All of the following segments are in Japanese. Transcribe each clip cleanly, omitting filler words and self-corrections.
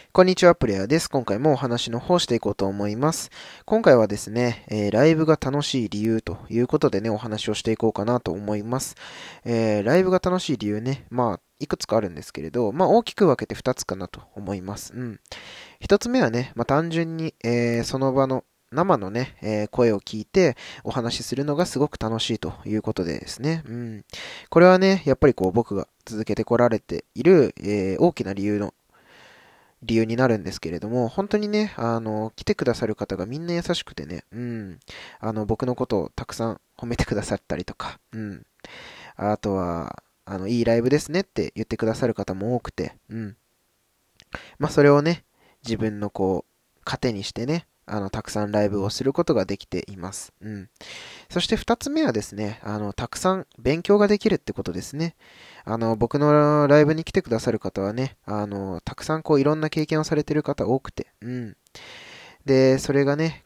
こんにちは、プレイヤーです。今回もお話の方していこうと思います。今回はですね、ライブが楽しい理由ということでね、お話をしていこうかなと思います。ライブが楽しい理由ね、いくつかあるんですけれど、大きく分けて2つかなと思います。1つ目はね、単純に、その場の生のね、声を聞いてお話しするのがすごく楽しいということでですね。これはね、やっぱり僕が続けてこられている、大きな理由になるんですけれども、本当にね、来てくださる方がみんな優しくてね、僕のことをたくさん褒めてくださったりとか、あとは、いいライブですねって言ってくださる方も多くて、それをね、自分の糧にしてね、たくさんライブをすることができています。そして二つ目はですね、たくさん勉強ができるってことですね。僕のライブに来てくださる方はね、たくさんいろんな経験をされてる方多くて、で、それがね、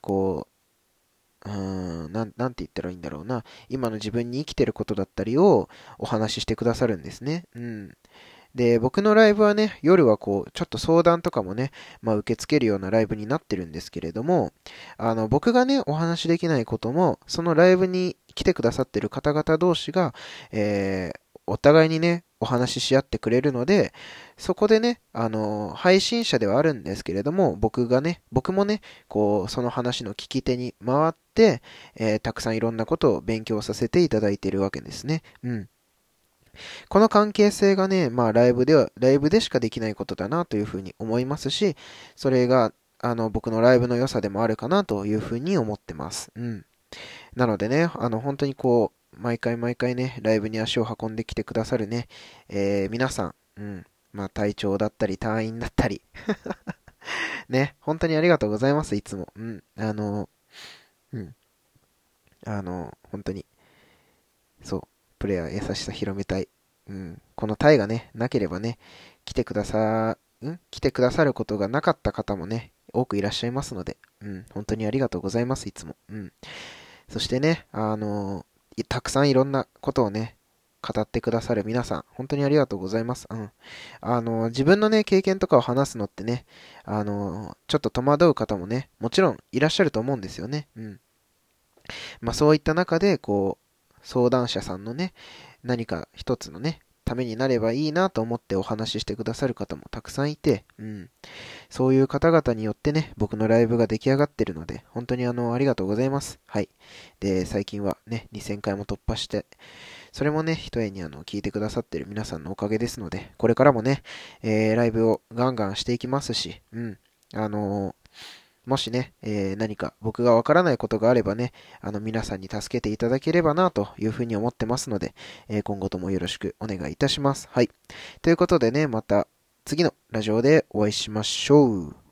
なんて言ったらいいんだろうな。今の自分に生きてることだったりをお話ししてくださるんですね。で、僕のライブはね、夜はちょっと相談とかもね、受け付けるようなライブになってるんですけれども、僕がね、お話しできないことも、そのライブに来てくださってる方々同士が、お互いにね、お話しし合ってくれるので、そこでね、配信者ではあるんですけれども、僕もね、その話の聞き手に回って、たくさんいろんなことを勉強させていただいているわけですね。この関係性がね、ライブでしかできないことだなというふうに思いますし、それが、僕のライブの良さでもあるかなというふうに思ってます。なのでね、本当に毎回毎回ね、ライブに足を運んできてくださるね、皆さん、隊長だったり、隊員だったり、ね、本当にありがとうございます、いつも。うん、本当に、そう、プレイヤー優しさ広めたい。このタイがね、なければね、来てくださることがなかった方もね、多くいらっしゃいますので、本当にありがとうございます、いつも。そしてね、たくさんいろんなことをね、語ってくださる皆さん、本当にありがとうございます。自分のね、経験とかを話すのってね、ちょっと戸惑う方もね、もちろんいらっしゃると思うんですよね。そういった中で、相談者さんのね、何か一つのね、ためになればいいなと思ってお話ししてくださる方もたくさんいて、そういう方々によってね、僕のライブが出来上がってるので、本当にありがとうございます。はい。で、最近はね、2000回も突破して、それもね、一重に聞いてくださってる皆さんのおかげですので、これからもね、ライブをガンガンしていきますし、あのもしね、何か僕がわからないことがあればね、皆さんに助けていただければなというふうに思ってますので、今後ともよろしくお願いいたします。はい。ということでね、また次のラジオでお会いしましょう。